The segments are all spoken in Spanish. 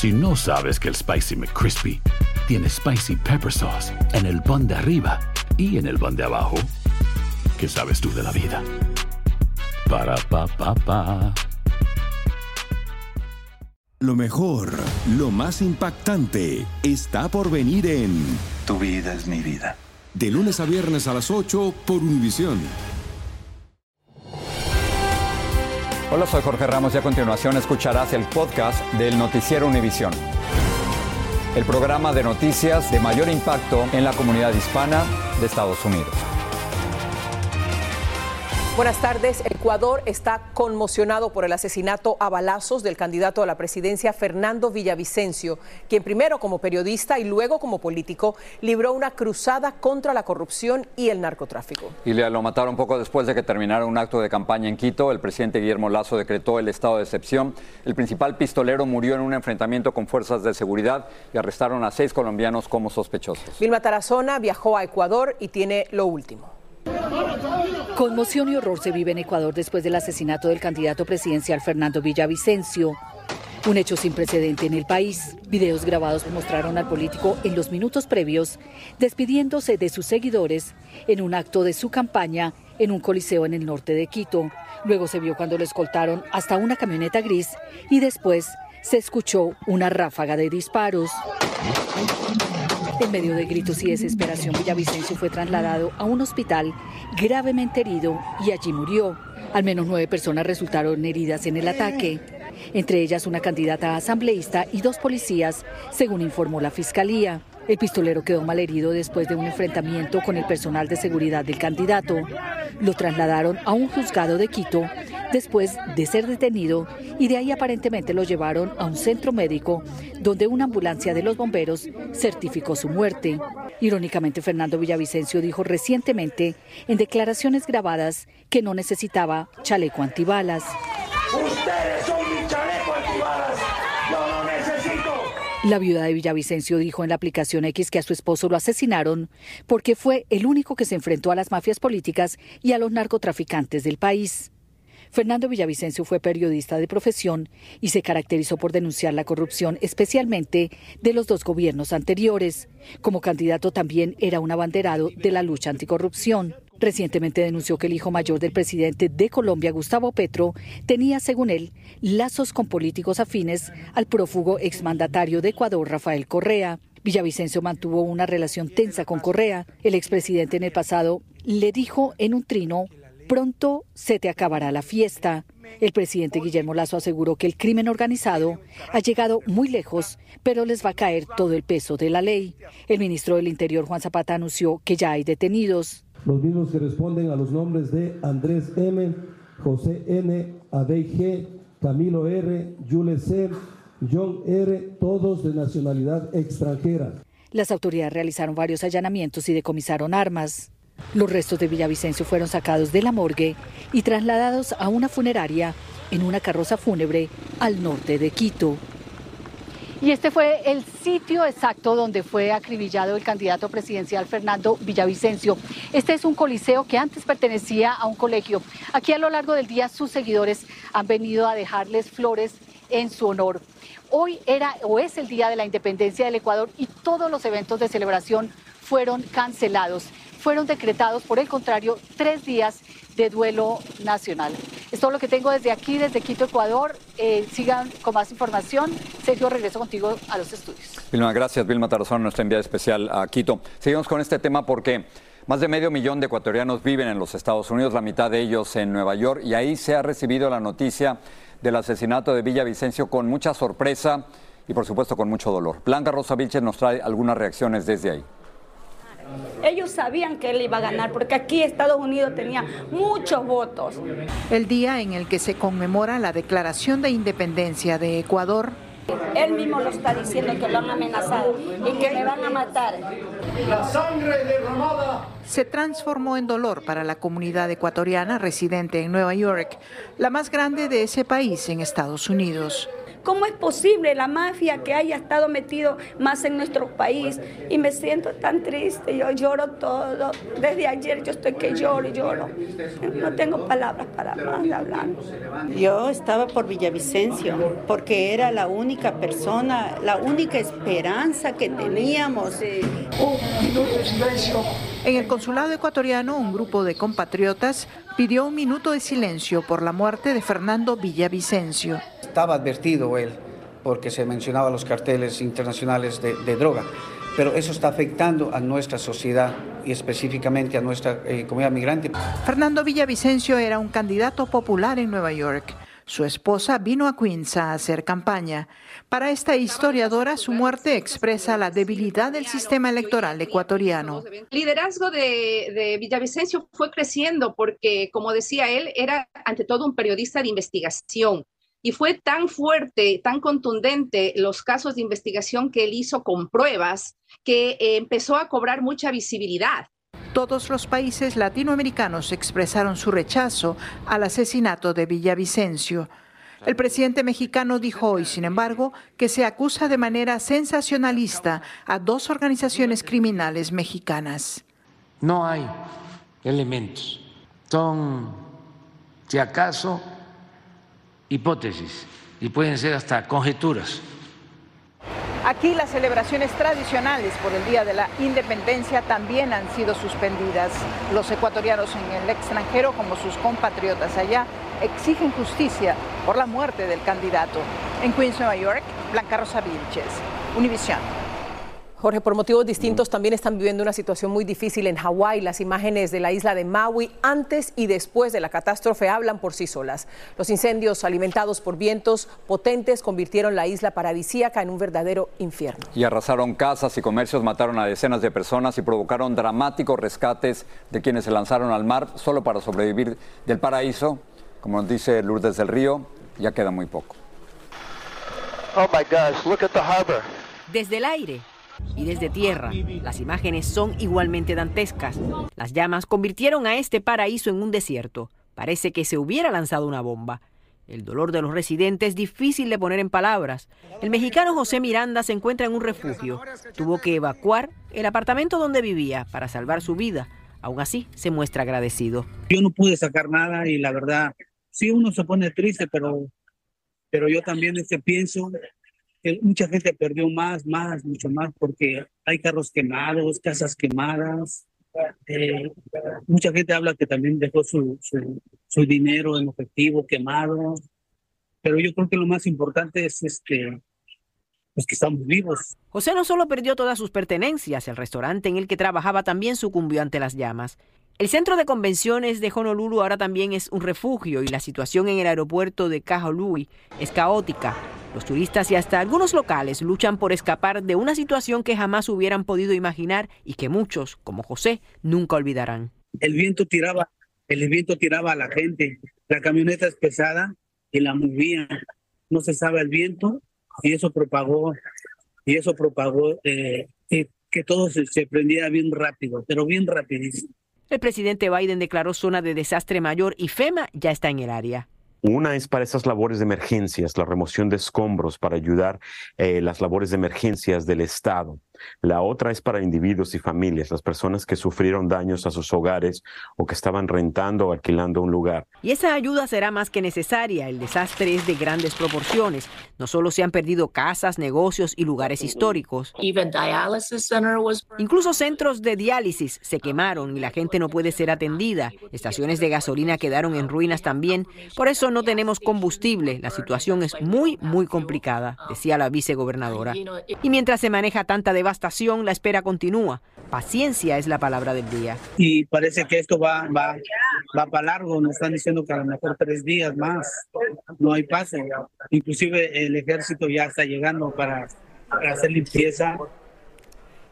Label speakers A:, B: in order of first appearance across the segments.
A: Si no sabes que el Spicy McCrispy tiene Spicy Pepper Sauce en el pan de arriba y en el pan de abajo, ¿qué sabes tú de la vida? Para, pa, pa, pa.
B: Lo mejor, lo más impactante, está por venir en
C: Tu vida es mi vida.
B: De lunes a viernes a las 8 por Univisión.
D: Hola, soy Jorge Ramos y a continuación escucharás el podcast del Noticiero Univisión. El programa de noticias de mayor impacto en la comunidad hispana de Estados Unidos.
E: Buenas tardes. Ecuador está conmocionado por el asesinato a balazos del candidato a la presidencia Fernando Villavicencio, quien primero como periodista y luego como político libró una cruzada contra la corrupción y el narcotráfico. Y
D: lo mataron poco después de que terminara un acto de campaña en Quito. El presidente Guillermo Lasso decretó el estado de excepción. El principal pistolero murió en un enfrentamiento con fuerzas de seguridad y arrestaron a 6 colombianos como sospechosos.
E: Vilma Tarazona viajó a Ecuador y tiene lo último.
F: Conmoción y horror se vive en Ecuador después del asesinato del candidato presidencial Fernando Villavicencio. Un hecho sin precedente en el país. Videos grabados mostraron al político en los minutos previos despidiéndose de sus seguidores en un acto de su campaña en un coliseo en el norte de Quito. Luego se vio cuando lo escoltaron hasta una camioneta gris y después se escuchó una ráfaga de disparos. En medio de gritos y desesperación, Villavicencio fue trasladado a un hospital gravemente herido y allí murió. Al menos 9 personas resultaron heridas en el ataque, entre ellas una candidata asambleísta y 2 policías, según informó la Fiscalía. El pistolero quedó malherido después de un enfrentamiento con el personal de seguridad del candidato. Lo trasladaron a un juzgado de Quito después de ser detenido y de ahí aparentemente lo llevaron a un centro médico donde una ambulancia de los bomberos certificó su muerte. Irónicamente, Fernando Villavicencio dijo recientemente en declaraciones grabadas que no necesitaba chaleco antibalas.
G: ¡Ustedes son mi chaleco antibalas! ¡Yo no necesito!
F: La viuda de Villavicencio dijo en la aplicación X que a su esposo lo asesinaron porque fue el único que se enfrentó a las mafias políticas y a los narcotraficantes del país. Fernando Villavicencio fue periodista de profesión y se caracterizó por denunciar la corrupción, especialmente de los 2 gobiernos anteriores. Como candidato también era un abanderado de la lucha anticorrupción. Recientemente denunció que el hijo mayor del presidente de Colombia, Gustavo Petro, tenía, según él, lazos con políticos afines al prófugo exmandatario de Ecuador, Rafael Correa. Villavicencio mantuvo una relación tensa con Correa. El expresidente en el pasado le dijo en un trino: pronto se te acabará la fiesta. El presidente Guillermo Lasso aseguró que el crimen organizado ha llegado muy lejos, pero les va a caer todo el peso de la ley. El ministro del Interior, Juan Zapata, anunció que ya hay detenidos.
H: Los mismos que responden a los nombres de Andrés M., José N., Adey G., Camilo R., Jules C., John R., todos de nacionalidad extranjera.
F: Las autoridades realizaron varios allanamientos y decomisaron armas. Los restos de Villavicencio fueron sacados de la morgue y trasladados a una funeraria en una carroza fúnebre al norte de Quito. Y este fue el sitio exacto donde fue acribillado el candidato presidencial Fernando Villavicencio. Este es un coliseo que antes pertenecía a un colegio. Aquí a lo largo del día sus seguidores han venido a dejarles flores en su honor. Hoy era o es el día de la independencia del Ecuador y todos los eventos de celebración fueron cancelados. Fueron decretados, por el contrario, 3 días de duelo nacional. Es todo lo que tengo desde aquí, desde Quito, Ecuador. Sigan con más información. Sergio, regreso contigo a los estudios.
D: Vilma, gracias. Vilma Tarazona, nuestra enviada especial a Quito. Seguimos con este tema porque más de 500,000 de ecuatorianos viven en los Estados Unidos, la mitad de ellos en Nueva York, y ahí se ha recibido la noticia del asesinato de Villavicencio con mucha sorpresa y, por supuesto, con mucho dolor. Blanca Rosa Vilches nos trae algunas reacciones desde ahí.
I: Ellos sabían que él iba a ganar porque aquí Estados Unidos tenía muchos votos.
J: El día en el que se conmemora la declaración de independencia de Ecuador.
I: Él mismo lo está diciendo que lo han amenazado y que me van a matar.
G: La sangre derramada
J: se transformó en dolor para la comunidad ecuatoriana residente en Nueva York, la más grande de ese país en Estados Unidos.
I: ¿Cómo es posible la mafia que haya estado metido más en nuestro país? Y me siento tan triste, yo lloro todo. Desde ayer yo estoy que lloro y lloro. No tengo palabras para más de hablar.
K: Yo estaba por Villavicencio porque era la única persona, la única esperanza que teníamos.
J: Un minuto de silencio. En el consulado ecuatoriano, un grupo de compatriotas pidió un minuto de silencio por la muerte de Fernando Villavicencio.
L: Estaba advertido él, porque se mencionaba los carteles internacionales de droga, pero eso está afectando a nuestra sociedad y específicamente a nuestra comunidad migrante.
J: Fernando Villavicencio era un candidato popular en Nueva York. Su esposa vino a Queens a hacer campaña. Para esta historiadora, su muerte expresa la debilidad del sistema electoral ecuatoriano.
M: El liderazgo de Villavicencio fue creciendo porque, como decía él, era ante todo un periodista de investigación. Y fue tan fuerte, tan contundente los casos de investigación que él hizo con pruebas que empezó a cobrar mucha visibilidad.
J: Todos los países latinoamericanos expresaron su rechazo al asesinato de Villavicencio. El presidente mexicano dijo hoy, sin embargo, que se acusa de manera sensacionalista a 2 organizaciones criminales mexicanas.
N: No hay elementos. Son, si acaso, hipótesis y pueden ser hasta conjeturas.
J: Aquí las celebraciones tradicionales por el Día de la Independencia también han sido suspendidas. Los ecuatorianos en el extranjero, como sus compatriotas allá, exigen justicia por la muerte del candidato. En Queens, Nueva York, Blanca Rosa Vilches, Univisión.
E: Jorge, por motivos distintos también están viviendo una situación muy difícil en Hawái. Las imágenes de la isla de Maui antes y después de la catástrofe hablan por sí solas. Los incendios alimentados por vientos potentes convirtieron la isla paradisíaca en un verdadero infierno.
D: Y arrasaron casas y comercios, mataron a decenas de personas y provocaron dramáticos rescates de quienes se lanzaron al mar solo para sobrevivir del paraíso. Como nos dice Lourdes del Río, ya queda muy poco.
O: Oh my gosh, look at the harbor.
P: Desde el aire y desde tierra, las imágenes son igualmente dantescas. Las llamas convirtieron a este paraíso en un desierto. Parece que se hubiera lanzado una bomba. El dolor de los residentes es difícil de poner en palabras. El mexicano José Miranda se encuentra en un refugio. Tuvo que evacuar el apartamento donde vivía para salvar su vida. Aún así, se muestra agradecido.
Q: Yo no pude sacar nada y la verdad, sí uno se pone triste, pero yo también pienso que mucha gente perdió mucho más, porque hay carros quemados, casas quemadas. Mucha gente habla que también dejó su dinero en efectivo quemado. Pero yo creo que lo más importante es que estamos vivos.
P: José no solo perdió todas sus pertenencias, el restaurante en el que trabajaba también sucumbió ante las llamas. El centro de convenciones de Honolulu ahora también es un refugio y la situación en el aeropuerto de Kahului es caótica. Los turistas y hasta algunos locales luchan por escapar de una situación que jamás hubieran podido imaginar y que muchos, como José, nunca olvidarán.
Q: El viento tiraba a la gente. La camioneta es pesada y la movía. No cesaba el viento y eso propagó que todo se prendía bien rápido, pero bien rapidísimo.
P: El presidente Biden declaró zona de desastre mayor y FEMA ya está en el área.
R: Una es para esas labores de emergencias, la remoción de escombros para ayudar las labores de emergencias del Estado. La otra es para individuos y familias, las personas que sufrieron daños a sus hogares o que estaban rentando o alquilando un lugar.
P: Y esa ayuda será más que necesaria. El desastre es de grandes proporciones. No solo se han perdido casas, negocios y lugares históricos. Incluso centros de diálisis se quemaron y la gente no puede ser atendida. Estaciones de gasolina quedaron en ruinas también. Por eso no tenemos combustible. La situación es muy, muy complicada, decía la vicegobernadora. Y mientras se maneja tanta devastación, la espera continúa. Paciencia es la palabra del día.
Q: Y parece que esto va para largo. Nos están diciendo que a lo mejor 3 días más. No hay pase. Inclusive el ejército ya está llegando para hacer limpieza.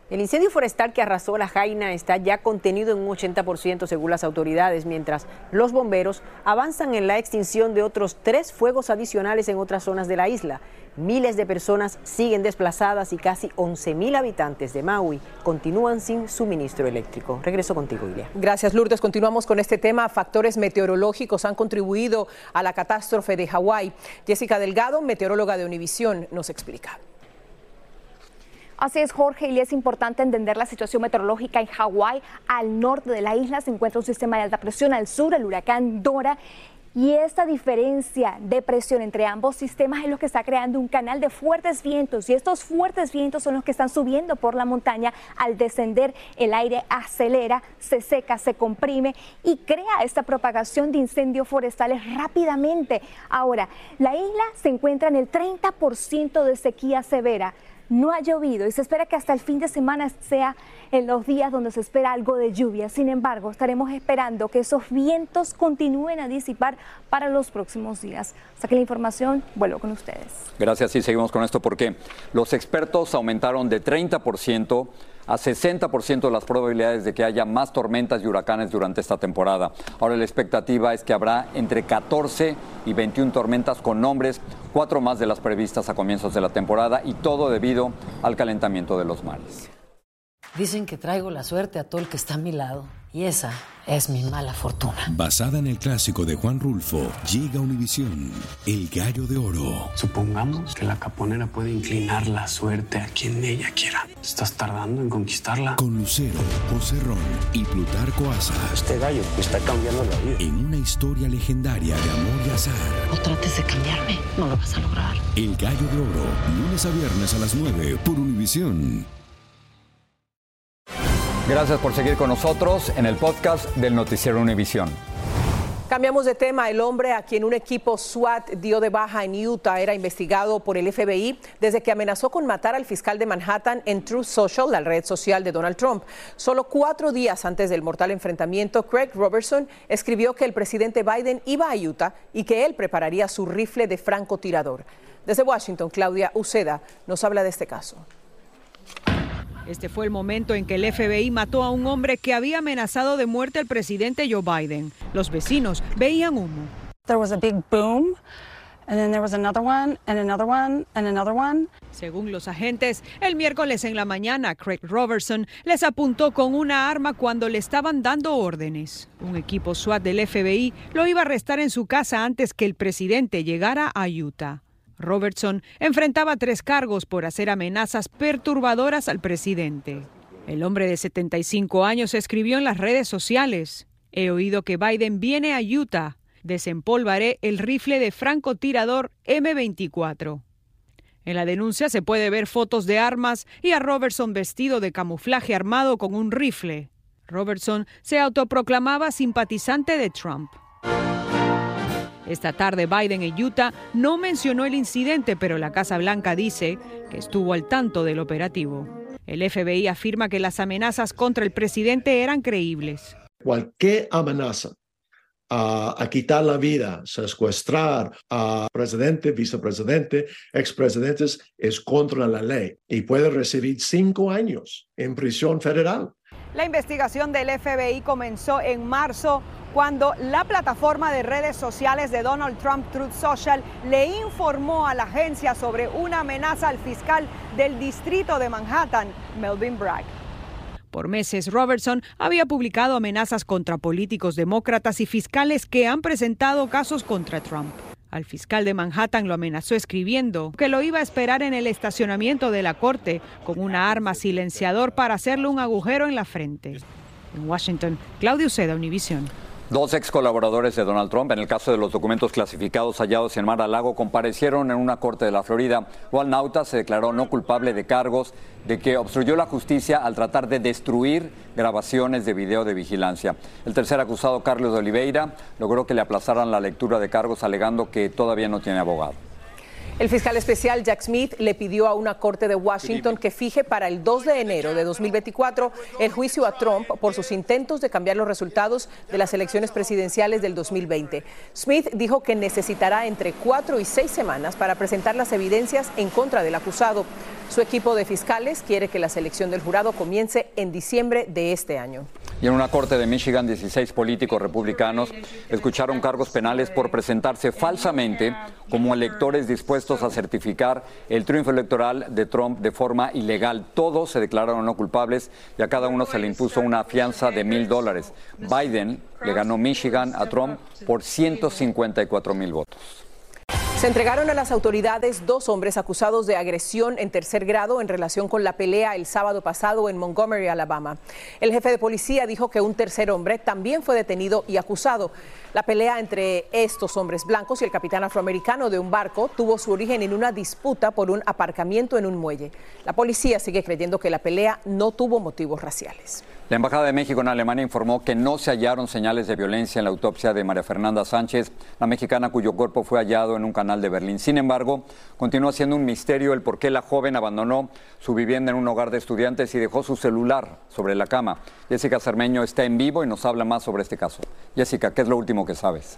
P: El incendio forestal que arrasó La Jaina está ya contenido en un 80% según las autoridades, mientras los bomberos avanzan en la extinción de otros 3 fuegos adicionales en otras zonas de la isla. Miles de personas siguen desplazadas y casi 11,000 habitantes de Maui continúan sin suministro eléctrico. Regreso contigo, Ilia.
E: Gracias, Lourdes. Continuamos con este tema. Factores meteorológicos han contribuido a la catástrofe de Hawái. Jessica Delgado, meteoróloga de Univisión, nos explica.
S: Así es, Jorge, y es importante entender la situación meteorológica en Hawái. Al norte de la isla se encuentra un sistema de alta presión, al sur el huracán Dora. Y esta diferencia de presión entre ambos sistemas es lo que está creando un canal de fuertes vientos. Y estos fuertes vientos son los que están subiendo por la montaña. Al descender, el aire acelera, se seca, se comprime y crea esta propagación de incendios forestales rápidamente. Ahora, la isla se encuentra en el 30% de sequía severa. No ha llovido y se espera que hasta el fin de semana sea en los días donde se espera algo de lluvia. Sin embargo, estaremos esperando que esos vientos continúen a disipar para los próximos días. Hasta que la información, vuelvo con ustedes.
D: Gracias, y seguimos con esto porque los expertos aumentaron de 30% a 60% las probabilidades de que haya más tormentas y huracanes durante esta temporada. Ahora la expectativa es que habrá entre 14 y 21 tormentas con nombres, 4 más de las previstas a comienzos de la temporada, y todo debido al calentamiento de los mares.
T: Dicen que traigo la suerte a todo el que está a mi lado, y esa es mi mala fortuna.
B: Basada en el clásico de Juan Rulfo, llega Univisión, El Gallo de Oro.
U: Supongamos que la caponera puede inclinar la suerte a quien ella quiera. ¿Estás tardando en conquistarla?
B: Con Lucero, José Ron y Plutarco Asa.
U: Este gallo me está cambiando la vida.
B: En una historia legendaria de amor y azar.
T: No trates de cambiarme, no lo vas a lograr.
B: El Gallo de Oro, lunes a viernes a las 9 por Univisión.
D: Gracias por seguir con nosotros en el podcast del Noticiero Univisión.
E: Cambiamos de tema. El hombre a quien un equipo SWAT dio de baja en Utah era investigado por el FBI desde que amenazó con matar al fiscal de Manhattan en Truth Social, la red social de Donald Trump. Solo 4 días antes del mortal enfrentamiento, Craig Robertson escribió que el presidente Biden iba a Utah y que él prepararía su rifle de francotirador. Desde Washington, Claudia Uceda nos habla de este caso.
V: Este fue el momento en que el FBI mató a un hombre que había amenazado de muerte al presidente Joe Biden. Los vecinos veían humo.
W: There was a big boom, and then there was another one, and another one, and another one.
V: Según los agentes, el miércoles en la mañana, Craig Robertson les apuntó con una arma cuando le estaban dando órdenes. Un equipo SWAT del FBI lo iba a arrestar en su casa antes que el presidente llegara a Utah. Robertson enfrentaba 3 cargos por hacer amenazas perturbadoras al presidente. El hombre de 75 años escribió en las redes sociales: he oído que Biden viene a Utah. Desempolvaré el rifle de francotirador M24. En la denuncia se puede ver fotos de armas y a Robertson vestido de camuflaje armado con un rifle. Robertson se autoproclamaba simpatizante de Trump. Esta tarde Biden en Utah no mencionó el incidente, pero la Casa Blanca dice que estuvo al tanto del operativo. El FBI afirma que las amenazas contra el presidente eran creíbles.
X: Cualquier amenaza a quitar la vida, secuestrar a presidente, vicepresidente, expresidentes es contra la ley y puede recibir 5 años en prisión federal.
V: La investigación del FBI comenzó en marzo cuando la plataforma de redes sociales de Donald Trump, Truth Social, le informó a la agencia sobre una amenaza al fiscal del distrito de Manhattan, Melvin Bragg. Por meses, Robertson había publicado amenazas contra políticos demócratas y fiscales que han presentado casos contra Trump. Al fiscal de Manhattan lo amenazó escribiendo que lo iba a esperar en el estacionamiento de la corte con una arma silenciador para hacerle un agujero en la frente. En Washington, Claudia Uceda, Univisión.
D: 2 ex colaboradores de Donald Trump, en el caso de los documentos clasificados hallados en Mar-a-Lago, comparecieron en una corte de la Florida. Walt Nauta se declaró no culpable de cargos de que obstruyó la justicia al tratar de destruir grabaciones de video de vigilancia. El tercer acusado, Carlos de Oliveira, logró que le aplazaran la lectura de cargos alegando que todavía no tiene abogado.
E: El fiscal especial Jack Smith le pidió a una corte de Washington que fije para el 2 de enero de 2024 el juicio a Trump por sus intentos de cambiar los resultados de las elecciones presidenciales del 2020. Smith dijo que necesitará entre 4 y 6 semanas para presentar las evidencias en contra del acusado. Su equipo de fiscales quiere que la selección del jurado comience en diciembre de este año.
D: Y en una corte de Michigan, 16 políticos republicanos escucharon cargos penales por presentarse falsamente como electores dispuestos a certificar el triunfo electoral de Trump de forma ilegal. Todos se declararon no culpables y a cada uno se le impuso una fianza de $1,000. Biden le ganó Michigan a Trump por 154,000 votos.
E: Se entregaron a las autoridades 2 hombres acusados de agresión en tercer grado en relación con la pelea el sábado pasado en Montgomery, Alabama. El jefe de policía dijo que un tercer hombre también fue detenido y acusado. La pelea entre estos hombres blancos y el capitán afroamericano de un barco tuvo su origen en una disputa por un aparcamiento en un muelle. La policía sigue creyendo que la pelea no tuvo motivos raciales.
D: La Embajada de México en Alemania informó que no se hallaron señales de violencia en la autopsia de María Fernanda Sánchez, la mexicana cuyo cuerpo fue hallado en un canal de Berlín. Sin embargo, continúa siendo un misterio el por qué la joven abandonó su vivienda en un hogar de estudiantes y dejó su celular sobre la cama. Jessica Cermeño está en vivo y nos habla más sobre este caso. Jessica, ¿qué es lo último que sabes?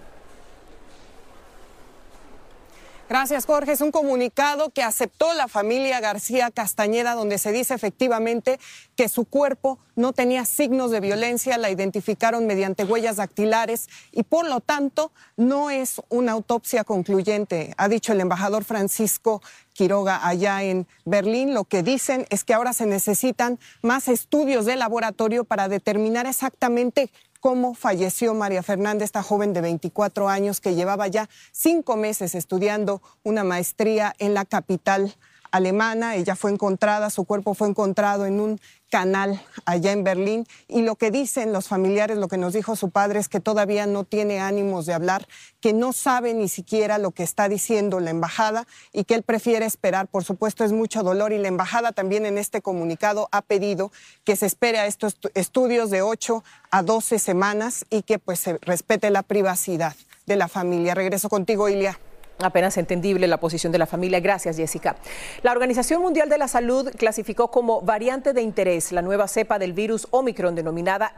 A: Gracias, Jorge. Es un comunicado que aceptó la familia García Castañeda, donde se dice efectivamente que su cuerpo no tenía signos de violencia, la identificaron mediante huellas dactilares y por lo tanto no es una autopsia concluyente, ha dicho el embajador Francisco Quiroga allá en Berlín. Lo que dicen es que ahora se necesitan más estudios de laboratorio para determinar exactamente cómo falleció María Fernanda, esta joven de 24 años que llevaba ya 5 meses estudiando una maestría en la capital alemana. Ella fue encontrada, su cuerpo fue encontrado en un canal allá en Berlín y lo que dicen los familiares, lo que nos dijo su padre es que todavía no tiene ánimos de hablar, que no sabe ni siquiera lo que está diciendo la embajada y que él prefiere esperar. Por supuesto es mucho dolor y la embajada también en este comunicado ha pedido que se espere a estos estudios de 8 a 12 semanas y que pues se respete la privacidad de la familia. Regreso contigo, Ilia.
E: Apenas entendible la posición de la familia. Gracias, Jessica. La Organización Mundial de la Salud clasificó como variante de interés la nueva cepa del virus Omicron denominada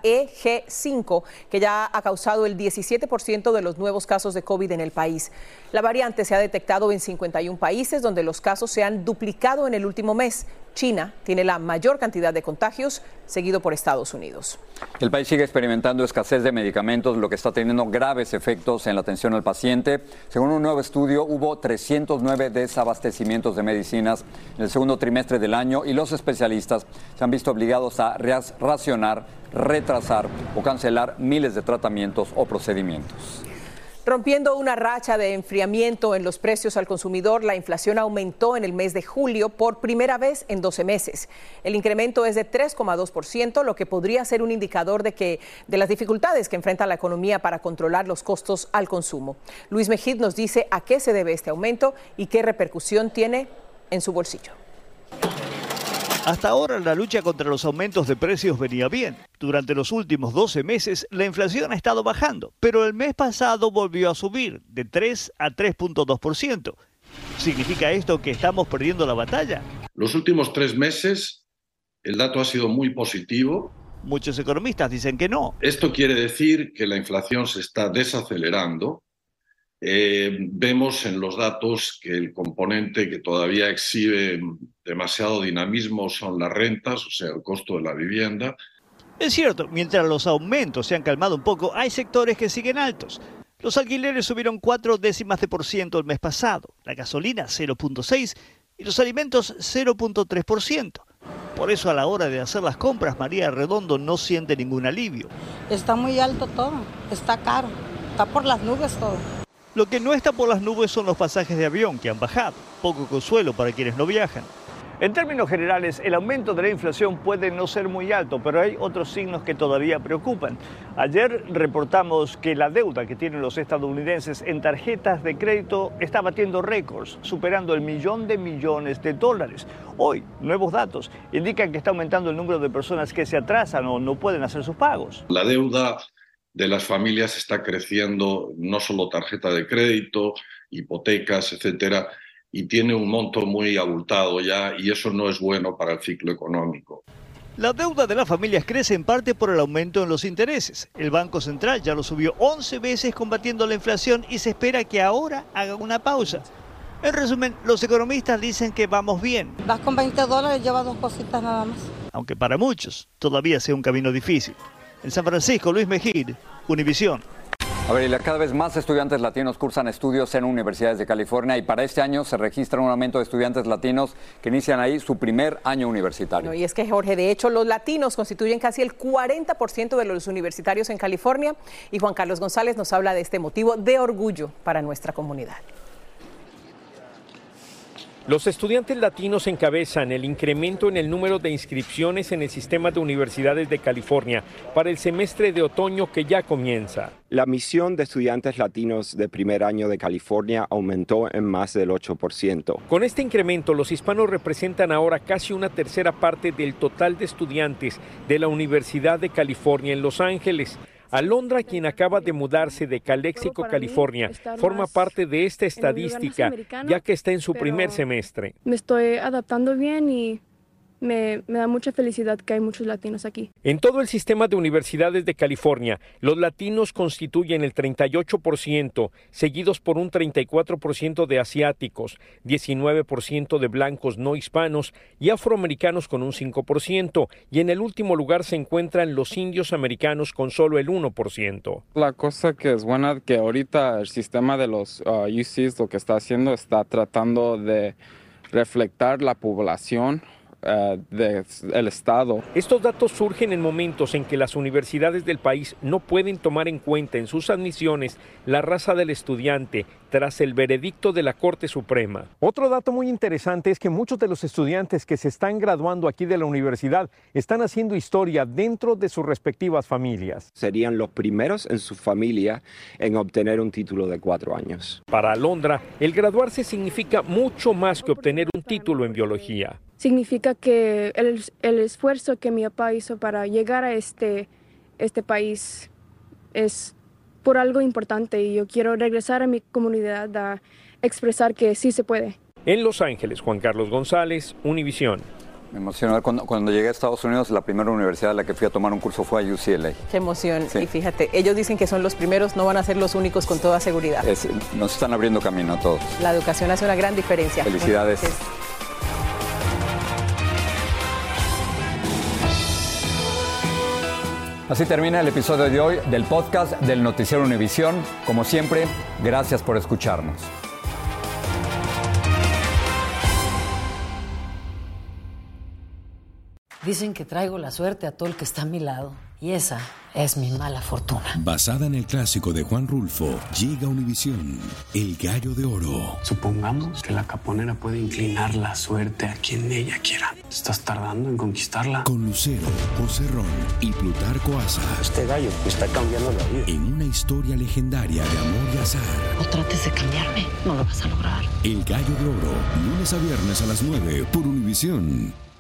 E: EG5, que ya ha causado el 17% de los nuevos casos de COVID en el país. La variante se ha detectado en 51 países donde los casos se han duplicado en el último mes. China tiene la mayor cantidad de contagios, seguido por Estados Unidos.
D: El país sigue experimentando escasez de medicamentos, lo que está teniendo graves efectos en la atención al paciente. Según un nuevo estudio, hubo 309 desabastecimientos de medicinas en el segundo trimestre del año y los especialistas se han visto obligados a racionar, retrasar o cancelar miles de tratamientos o procedimientos.
E: Rompiendo una racha de enfriamiento en los precios al consumidor, la inflación aumentó en el mes de julio por primera vez en 12 meses. El incremento es de 3,2%, lo que podría ser un indicador de las dificultades que enfrenta la economía para controlar los costos al consumo. Luis Mejid nos dice a qué se debe este aumento y qué repercusión tiene en su bolsillo.
C: Hasta ahora la lucha contra los aumentos de precios venía bien. Durante los últimos 12 meses la inflación ha estado bajando, pero el mes pasado volvió a subir de 3 a 3,2%. ¿Significa esto que estamos perdiendo la batalla?
F: Los últimos 3 meses el dato ha sido muy positivo.
C: Muchos economistas dicen que no.
F: Esto quiere decir que la inflación se está desacelerando. Vemos en los datos que el componente que todavía exhibe demasiado dinamismo son las rentas, o sea, el costo de la vivienda.
C: Es cierto, mientras los aumentos se han calmado un poco, hay sectores que siguen altos. Los alquileres subieron 0,4% el mes pasado, la gasolina 0,6% y los alimentos 0,3%. Por eso a la hora de hacer las compras, María Redondo no siente ningún alivio.
W: Está muy alto todo, está caro, está por las nubes todo.
C: Lo que no está por las nubes son los pasajes de avión que han bajado, poco consuelo para quienes no viajan. En términos generales, el aumento de la inflación puede no ser muy alto, pero hay otros signos que todavía preocupan. Ayer reportamos que la deuda que tienen los estadounidenses en tarjetas de crédito está batiendo récords, superando el $1.000.000 de millones. Hoy, nuevos datos indican que está aumentando el número de personas que se atrasan o no pueden hacer sus pagos.
F: La deuda de las familias está creciendo, no solo tarjeta de crédito, hipotecas, etcétera, y tiene un monto muy abultado ya, y eso no es bueno para el ciclo económico.
C: La deuda de las familias crece en parte por el aumento en los intereses. El Banco Central ya lo subió 11 veces combatiendo la inflación y se espera que ahora haga una pausa. En resumen, los economistas dicen que vamos bien.
W: Vas con $20, llevas 2 cositas nada más.
C: Aunque para muchos todavía sea un camino difícil. En San Francisco, Luis Mejid, Univisión.
D: A ver, y cada vez más estudiantes latinos cursan estudios en universidades de California y para este año se registra un aumento de estudiantes latinos que inician ahí su primer año universitario.
E: No, y es que, Jorge, de hecho, los latinos constituyen casi el 40% de los universitarios en California y Juan Carlos González nos habla de este motivo de orgullo para nuestra comunidad.
G: Los estudiantes latinos encabezan el incremento en el número de inscripciones en el sistema de universidades de California para el semestre de otoño que ya comienza.
H: La misión de estudiantes latinos de primer año de California aumentó en más del 8%.
G: Con este incremento, los hispanos representan ahora casi una tercera parte del total de estudiantes de la Universidad de California en Los Ángeles. Alondra, quien acaba de mudarse de Calexico, California, forma parte de esta estadística, ya que está en su primer semestre.
W: Me estoy adaptando bien y me da mucha felicidad que hay muchos latinos aquí.
G: En todo el sistema de universidades de California, los latinos constituyen el 38%, seguidos por un 34% de asiáticos, 19% de blancos no hispanos y afroamericanos con un 5%, y en el último lugar se encuentran los indios americanos con solo el 1%.
I: La cosa que es buena que ahorita el sistema de los UCs lo que está haciendo está tratando de reflejar la población del estado.
G: Estos datos surgen en momentos en que las universidades del país no pueden tomar en cuenta en sus admisiones la raza del estudiante tras el veredicto de la Corte Suprema. Otro dato muy interesante es que muchos de los estudiantes que se están graduando aquí de la universidad están haciendo historia dentro de sus respectivas familias.
H: Serían los primeros en su familia en obtener un título de 4 años.
G: Para Alondra, el graduarse significa mucho más que obtener un título en biología.
W: Significa que el esfuerzo que mi papá hizo para llegar a este país es por algo importante y yo quiero regresar a mi comunidad a expresar que sí se puede.
G: En Los Ángeles, Juan Carlos González, Univisión.
D: Me emociona. Cuando llegué a Estados Unidos, la primera universidad a la que fui a tomar un curso fue a UCLA.
E: Qué emoción.
D: Sí.
E: Y fíjate, ellos dicen que son los primeros, no van a ser los únicos con toda seguridad.
D: Nos están abriendo camino a todos.
E: La educación hace una gran diferencia.
D: Felicidades. Así termina el episodio de hoy del podcast del Noticiero Univisión. Como siempre, gracias por escucharnos.
T: Dicen que traigo la suerte a todo el que está a mi lado. Y esa es mi mala fortuna.
B: Basada en el clásico de Juan Rulfo, llega Univisión, El Gallo de Oro.
U: Supongamos que la caponera puede inclinar la suerte a quien ella quiera. ¿Estás tardando en conquistarla?
B: Con Lucero, José Ron y Plutarco Asa.
U: Este gallo me está cambiando la vida.
B: En una historia legendaria de amor y azar.
T: No trates de cambiarme, no lo vas a lograr.
B: El Gallo de Oro, lunes a viernes a las 9 por Univisión.